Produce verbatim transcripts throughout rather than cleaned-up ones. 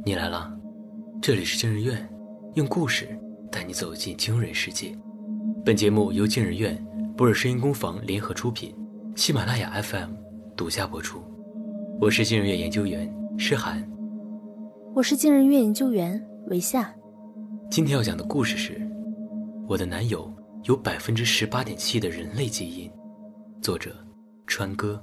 你来了，这里是惊人院，用故事带你走进惊人世界。本节目由惊人院、博尔声音工坊联合出品，喜马拉雅 F M 独家播出。我是惊人院研究员诗涵， 我是惊人院研究员维夏。 今天要讲的故事是我的男友有 百分之十八点七 的人类基因，作者川哥。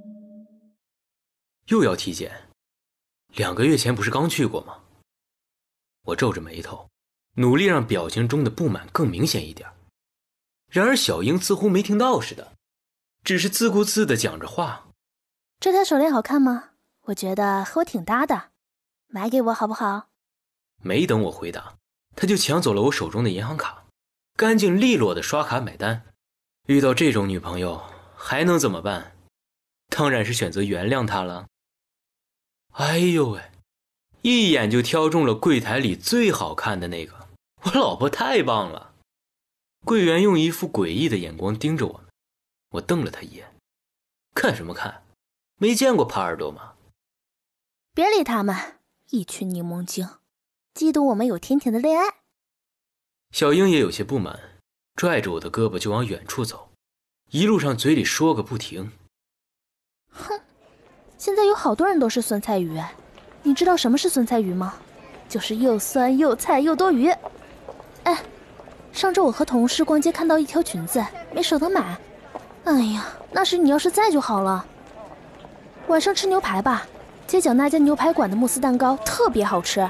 又要体检，两个月前不是刚去过吗？我皱着眉头，努力让表情中的不满更明显一点。然而小英似乎没听到似的，只是自顾自地讲着话。 这条手链好看吗？我觉得和我挺搭的，买给我好不好？ 没等我回答，他就抢走了我手中的银行卡，干净利落地刷卡买单。遇到这种女朋友还能怎么办？当然是选择原谅她了。哎呦喂，一眼就挑中了柜台里最好看的那个，我老婆太棒了。柜员用一副诡异的眼光盯着我们，我瞪了他一眼。看什么看？没见过耙耳朵吗？ 别理他们，一群柠檬精，嫉妒我们有甜甜的恋爱。 小英也有些不满，拽着我的胳膊就往远处走，一路上嘴里说个不停。 哼，现在有好多人都是酸菜鱼，你知道什么是酸菜鱼吗？就是又酸又菜又多余。哎，上周我和同事逛街看到一条裙子，没舍得买。哎呀，那时你要是在就好了。晚上吃牛排吧，街角那家牛排馆的慕斯蛋糕特别好吃。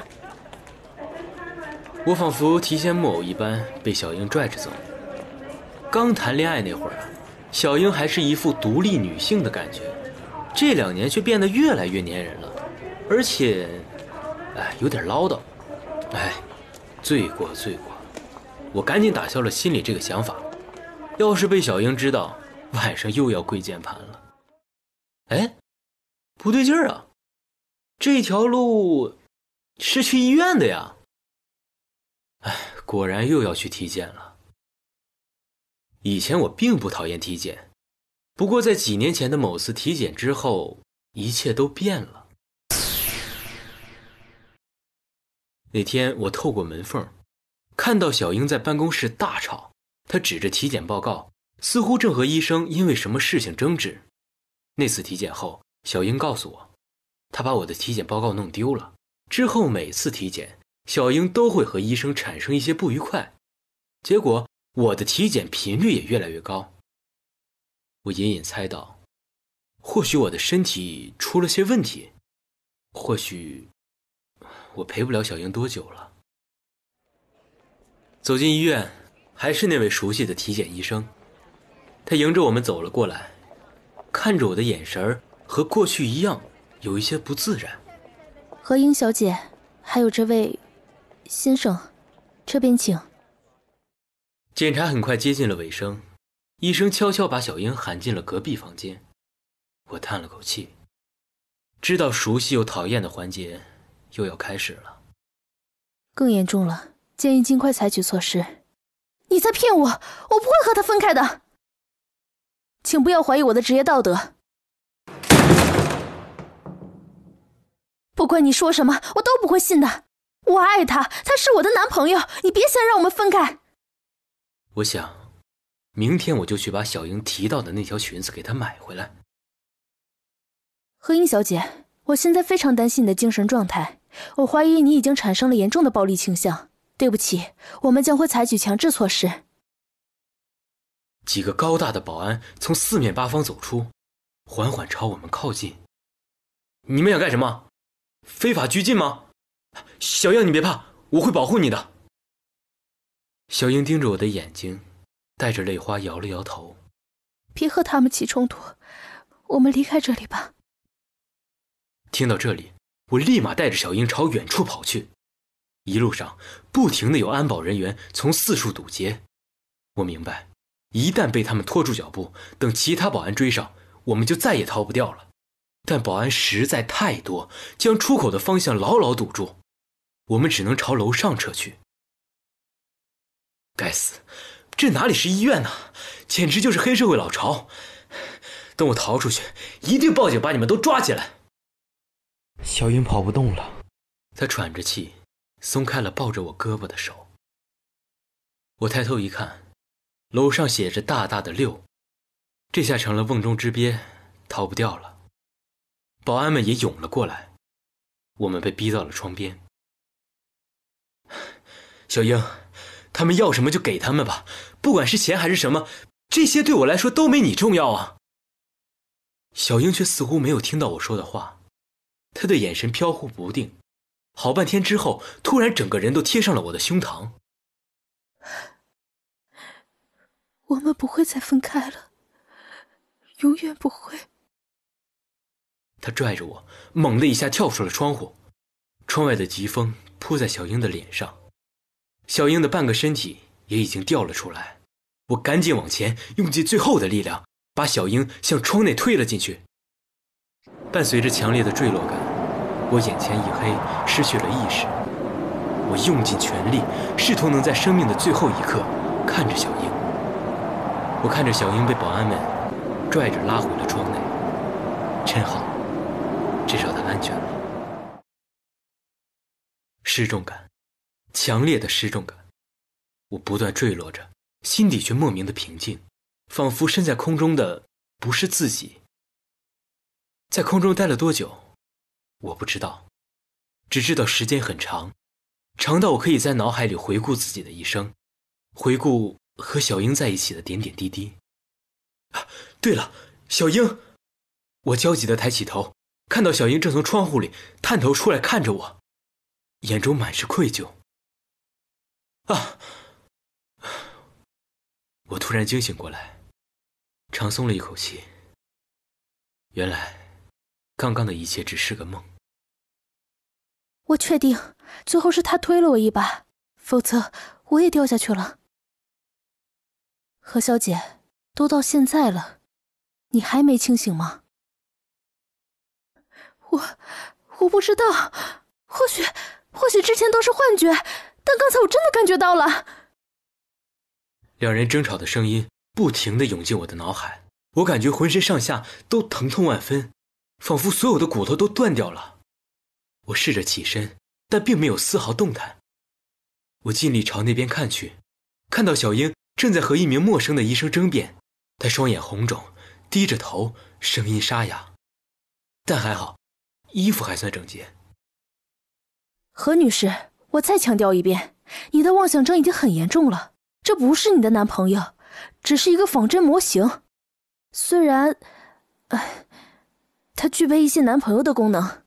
我仿佛提线木偶一般被小英拽着走。刚谈恋爱那会儿啊，小英还是一副独立女性的感觉，这两年却变得越来越粘人了，而且哎，有点唠叨。哎，罪过罪过。我赶紧打消了心里这个想法，要是被小英知道，晚上又要跪键盘了。哎，不对劲儿啊，这条路是去医院的呀。哎，果然又要去体检了。以前我并不讨厌体检，不过在几年前的某次体检之后，一切都变了。那天我透过门缝看到小英在办公室大吵，她指着体检报告，似乎正和医生因为什么事情争执。那次体检后，小英告诉我，她把我的体检报告弄丢了，之后每次体检小英都会和医生产生一些不愉快，结果我的体检频率也越来越高。我隐隐猜到，或许我的身体出了些问题，或许我陪不了小英多久了。走进医院，还是那位熟悉的体检医生，他迎着我们走了过来，看着我的眼神和过去一样，有一些不自然。 何英小姐，还有这位先生，这边请。 检查很快接近了尾声，医生悄悄把小英喊进了隔壁房间。我叹了口气，知道熟悉又讨厌的环节又要开始了。 更严重了，建议尽快采取措施。你在骗我，我不会和他分开的。请不要怀疑我的职业道德。不管你说什么，我都不会信的。我爱他，他是我的男朋友，你别想让我们分开。 我想，明天我就去把小英提到的那条裙子给她买回来。 何英小姐，我现在非常担心你的精神状态，我怀疑你已经产生了严重的暴力倾向。对不起，我们将会采取强制措施。 几个高大的保安从四面八方走出，缓缓朝我们靠近。你们想干什么？非法拘禁吗？小英，你别怕，我会保护你的。小英盯着我的眼睛，带着泪花摇了摇头。 别和他们起冲突，我们离开这里吧。 听到这里，我立马带着小英朝远处跑去。一路上不停地有安保人员从四处堵截。我明白，一旦被他们拖住脚步，等其他保安追上，我们就再也逃不掉了。但保安实在太多，将出口的方向牢牢堵住，我们只能朝楼上撤去。该死，这哪里是医院呢？简直就是黑社会老巢。等我逃出去，一定报警把你们都抓起来。小英跑不动了， 他喘着气，松开了抱着我胳膊的手。我抬头一看，楼上写着大大的六，这下成了瓮中之鳖，逃不掉了。保安们也涌了过来，我们被逼到了窗边。小英，他们要什么就给他们吧，不管是钱还是什么，这些对我来说都没你重要啊。小英却似乎没有听到我说的话，她的眼神飘忽不定，好半天之后，突然整个人都贴上了我的胸膛。 我们不会再分开了，永远不会。 他拽着我，猛地一下跳出了窗户，窗外的疾风扑在小英的脸上，小英的半个身体也已经掉了出来。我赶紧往前，用尽最后的力量，把小英向窗内推了进去。伴随着强烈的坠落感，我眼前一黑，失去了意识。我用尽全力，试图能在生命的最后一刻看着小英。我看着小英被保安们拽着拉回了窗内，真好，至少她安全了。失重感，强烈的失重感，我不断坠落着，心底却莫名的平静，仿佛身在空中的不是自己。在空中待了多久，我不知道，只知道时间很长，长到我可以在脑海里回顾自己的一生，回顾和小英在一起的点点滴滴。啊，对了，小英！我焦急地抬起头，看到小英正从窗户里探头出来看着我，眼中满是愧疚。啊！我突然惊醒过来，长松了一口气。原来，刚刚的一切只是个梦。 我确定，最后是他推了我一把，否则我也掉下去了。何小姐，都到现在了，你还没清醒吗？我我不知道，或许或许之前都是幻觉，但刚才我真的感觉到了。 两人争吵的声音不停地涌进我的脑海，我感觉浑身上下都疼痛万分，仿佛所有的骨头都断掉了。我试着起身，但并没有丝毫动弹。我尽力朝那边看去，看到小英正在和一名陌生的医生争辩，她双眼红肿，低着头，声音沙哑，但还好，衣服还算整洁。 何女士，我再强调一遍，你的妄想症已经很严重了，这不是你的男朋友，只是一个仿真模型。虽然，唉，它具备一些男朋友的功能。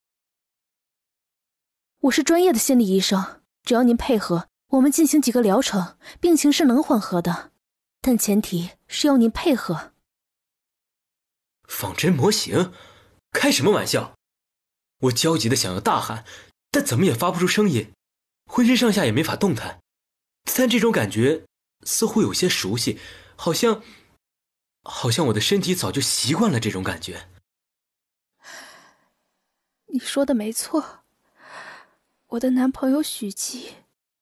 我是专业的心理医生，只要您配合，我们进行几个疗程，病情是能缓和的，但前提是要您配合。 仿真模型？开什么玩笑！我焦急地想要大喊，但怎么也发不出声音，浑身上下也没法动弹。但这种感觉似乎有些熟悉，好像好像我的身体早就习惯了这种感觉。 你说的没错，我的男朋友许基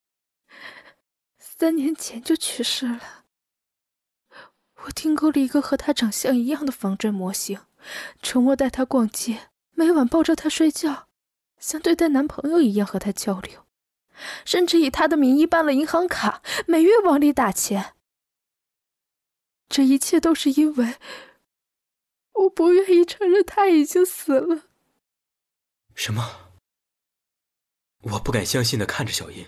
三年前就去世了。我订购了一个和他长相一样的仿真模型，承诺带他逛街，每晚抱着他睡觉，像对待男朋友一样和他交流，甚至以他的名义办了银行卡，每月往里打钱。这一切都是因为我不愿意承认他已经死了。 什么？我不敢相信地看着小英，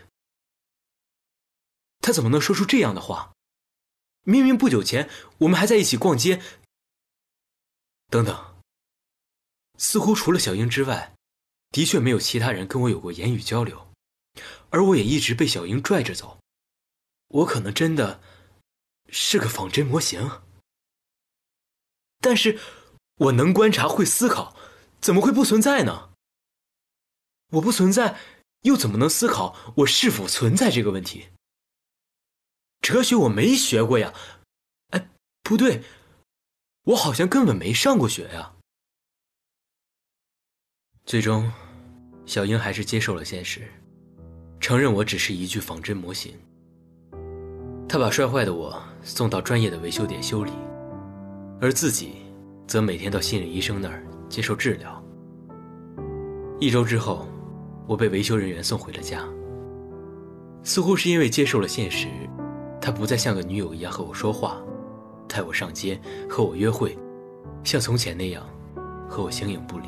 她怎么能说出这样的话？明明不久前我们还在一起逛街。等等，似乎除了小英之外，的确没有其他人跟我有过言语交流，而我也一直被小英拽着走。我可能真的是个仿真模型，但是我能观察，会思考，怎么会不存在呢？我不存在，又怎么能思考我是否存在这个问题？哲学我没学过呀，哎，不对，我好像根本没上过学呀。最终，小英还是接受了现实，承认我只是一具仿真模型。她把摔坏的我送到专业的维修点修理，而自己则每天到心理医生那儿接受治疗。一周之后， 我被维修人员送回了家。似乎是因为接受了现实，他不再像个女友一样和我说话，带我上街，和我约会，像从前那样和我形影不离。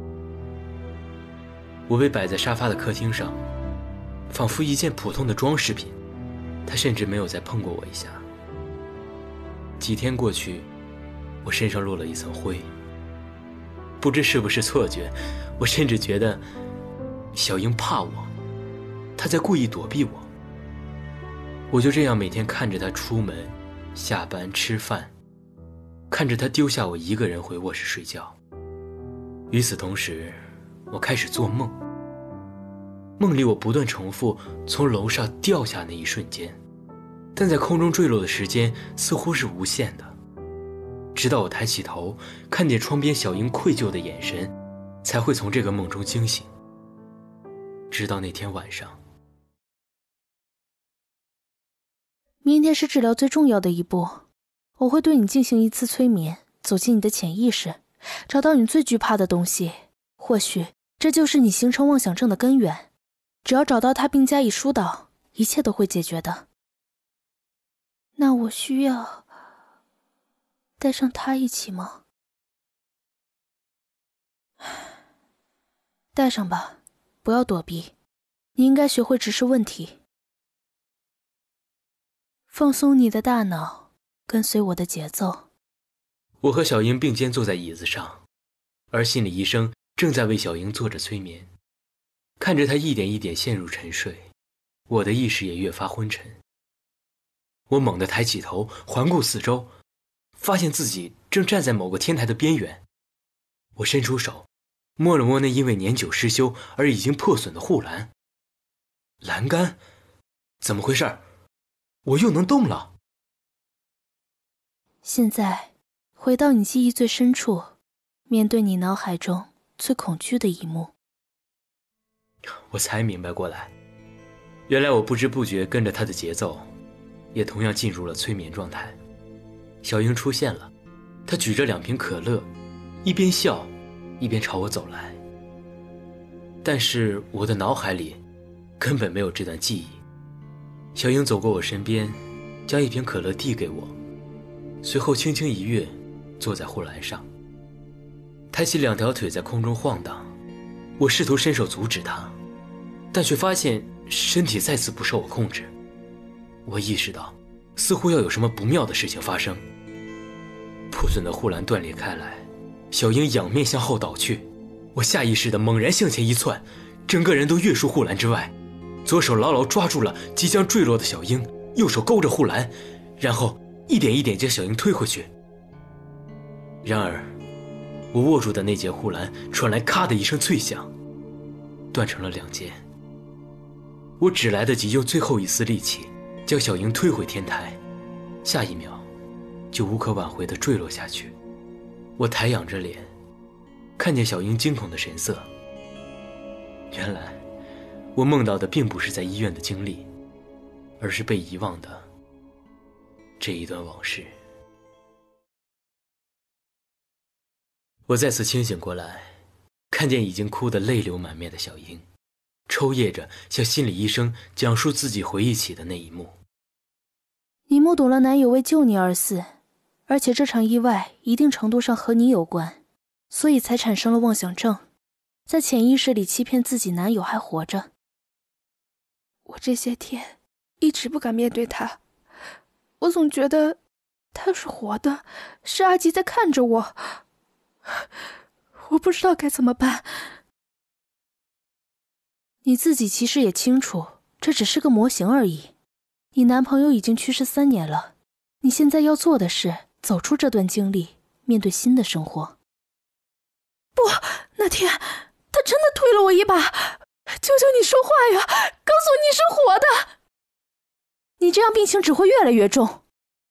我被摆在沙发的客厅上，仿佛一件普通的装饰品，他甚至没有再碰过我一下。几天过去，我身上落了一层灰，不知是不是错觉，我甚至觉得小英怕我，她在故意躲避我。我就这样每天看着她出门、下班、吃饭，看着她丢下我一个人回卧室睡觉。与此同时，我开始做梦，梦里我不断重复从楼上掉下那一瞬间，但在空中坠落的时间似乎是无限的。直到我抬起头，看见窗边小英愧疚的眼神，才会从这个梦中惊醒。直到那天晚上。 明天是治疗最重要的一步，我会对你进行一次催眠，走进你的潜意识，找到你最惧怕的东西，或许这就是你形成妄想症的根源。只要找到它并加以疏导，一切都会解决的。那我需要带上他一起吗？带上吧，不要躲避，你应该学会直视问题。放松你的大脑，跟随我的节奏。 我和小英并肩坐在椅子上，而心理医生正在为小英做着催眠。看着她一点一点陷入沉睡，我的意识也越发昏沉。我猛地抬起头，环顾四周，发现自己正站在某个天台的边缘。我伸出手，摸了摸那因为年久失修而已经破损的护栏。栏杆？怎么回事？我又能动了。 现在回到你记忆最深处，面对你脑海中最恐惧的一幕。 我才明白过来，原来我不知不觉跟着他的节奏，也同样进入了催眠状态。小英出现了，她举着两瓶可乐，一边笑一边朝我走来。但是我的脑海里根本没有这段记忆。小英走过我身边，将一瓶可乐递给我，随后轻轻一跃，坐在护栏上，抬起两条腿在空中晃荡。我试图伸手阻止她，但却发现身体再次不受我控制。我意识到似乎要有什么不妙的事情发生。破损的护栏断裂开来，小英仰面向后倒去，我下意识地猛然向前一窜，整个人都跃出护栏之外，左手牢牢抓住了即将坠落的小英，右手勾着护栏，然后一点一点将小英推回去。然而我握住的那节护栏传来咔的一声脆响，断成了两截。我只来得及用最后一丝力气将小英推回天台，下一秒就无可挽回地坠落下去。我抬仰着脸，看见小英惊恐的神色。原来我梦到的并不是在医院的经历，而是被遗忘的这一段往事。我再次清醒过来，看见已经哭得泪流满面的小英，抽噎着向心理医生讲述自己回忆起的那一幕。 你目睹了男友为救你而死，而且这场意外一定程度上和你有关，所以才产生了妄想症，在潜意识里欺骗自己男友还活着。 我这些天一直不敢面对他，我总觉得他是活的，是阿吉在看着我，我不知道该怎么办。 你自己其实也清楚，这只是个模型而已。你男朋友已经去世三年了，你现在要做的是走出这段经历，面对新的生活。 不，那天他真的推了我一把，求求你说话呀，告诉我你是活的。 你这样病情只会越来越重。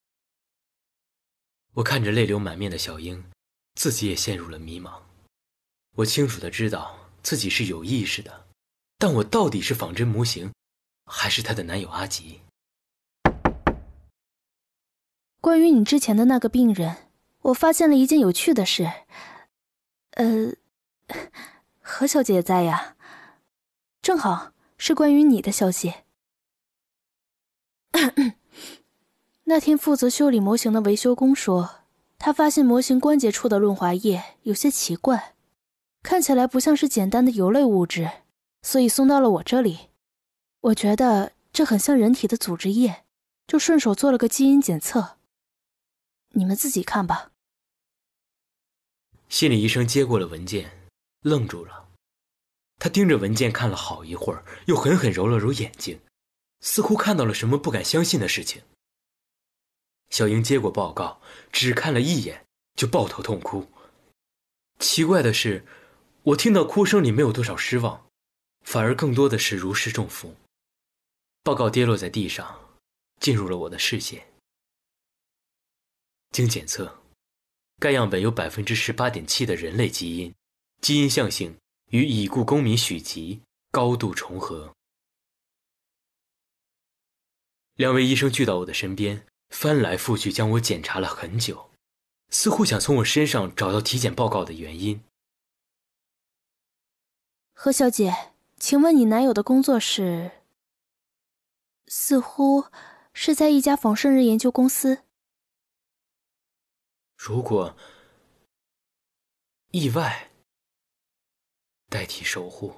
我看着泪流满面的小英，自己也陷入了迷茫。我清楚地知道自己是有意识的，但我到底是仿真模型，还是她的男友阿吉？ 关于你之前的那个病人，我发现了一件有趣的事。呃，何小姐也在呀。 正好是关于你的消息。那天负责修理模型的维修工说，他发现模型关节处的润滑液有些奇怪，看起来不像是简单的油类物质，所以送到了我这里。我觉得这很像人体的组织液，就顺手做了个基因检测。你们自己看吧。 心理医生接过了文件，愣住了。他盯着文件看了好一会儿，又狠狠揉了揉眼睛，似乎看到了什么不敢相信的事情。小英接过报告，只看了一眼就抱头痛哭。奇怪的是，我听到哭声里没有多少失望，反而更多的是如释重负。报告跌落在地上，进入了我的视线。经检测，该样本有 百分之十八点七 的人类基因，基因象性与已故公民许吉高度重合。两位医生聚到我的身边，翻来覆去将我检查了很久，似乎想从我身上找到体检报告的原因。 何小姐，请问你男友的工作是？似乎是在一家仿生人研究公司。 如果意外代替守护，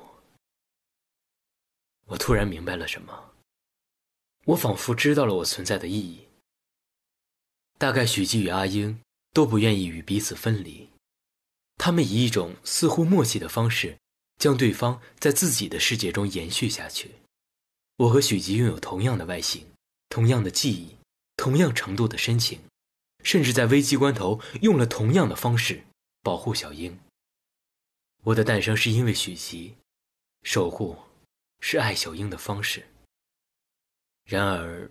我突然明白了什么。我仿佛知道了我存在的意义。大概许基与阿英都不愿意与彼此分离，他们以一种似乎默契的方式将对方在自己的世界中延续下去。我和许吉拥有同样的外形，同样的记忆，同样程度的深情，甚至在危机关头用了同样的方式保护小英。我的诞生是因为许吉，守护是爱小英的方式。然而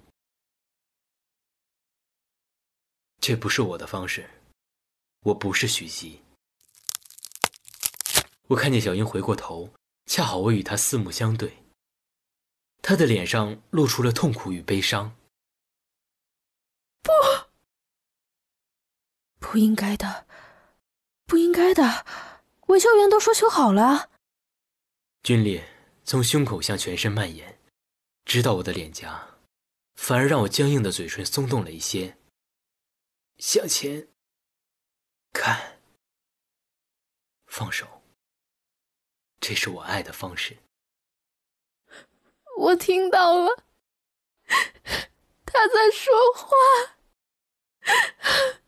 这不是我的方式，我不是许吉。我看见小英回过头，恰好我与她四目相对，她的脸上露出了痛苦与悲伤。 不，不应该的，不应该的，维修员都说修好了。 皲裂从胸口向全身蔓延，直到我的脸颊，反而让我僵硬的嘴唇松动了一些。向前看，放手，这是我爱的方式。 我听到了，他在说话。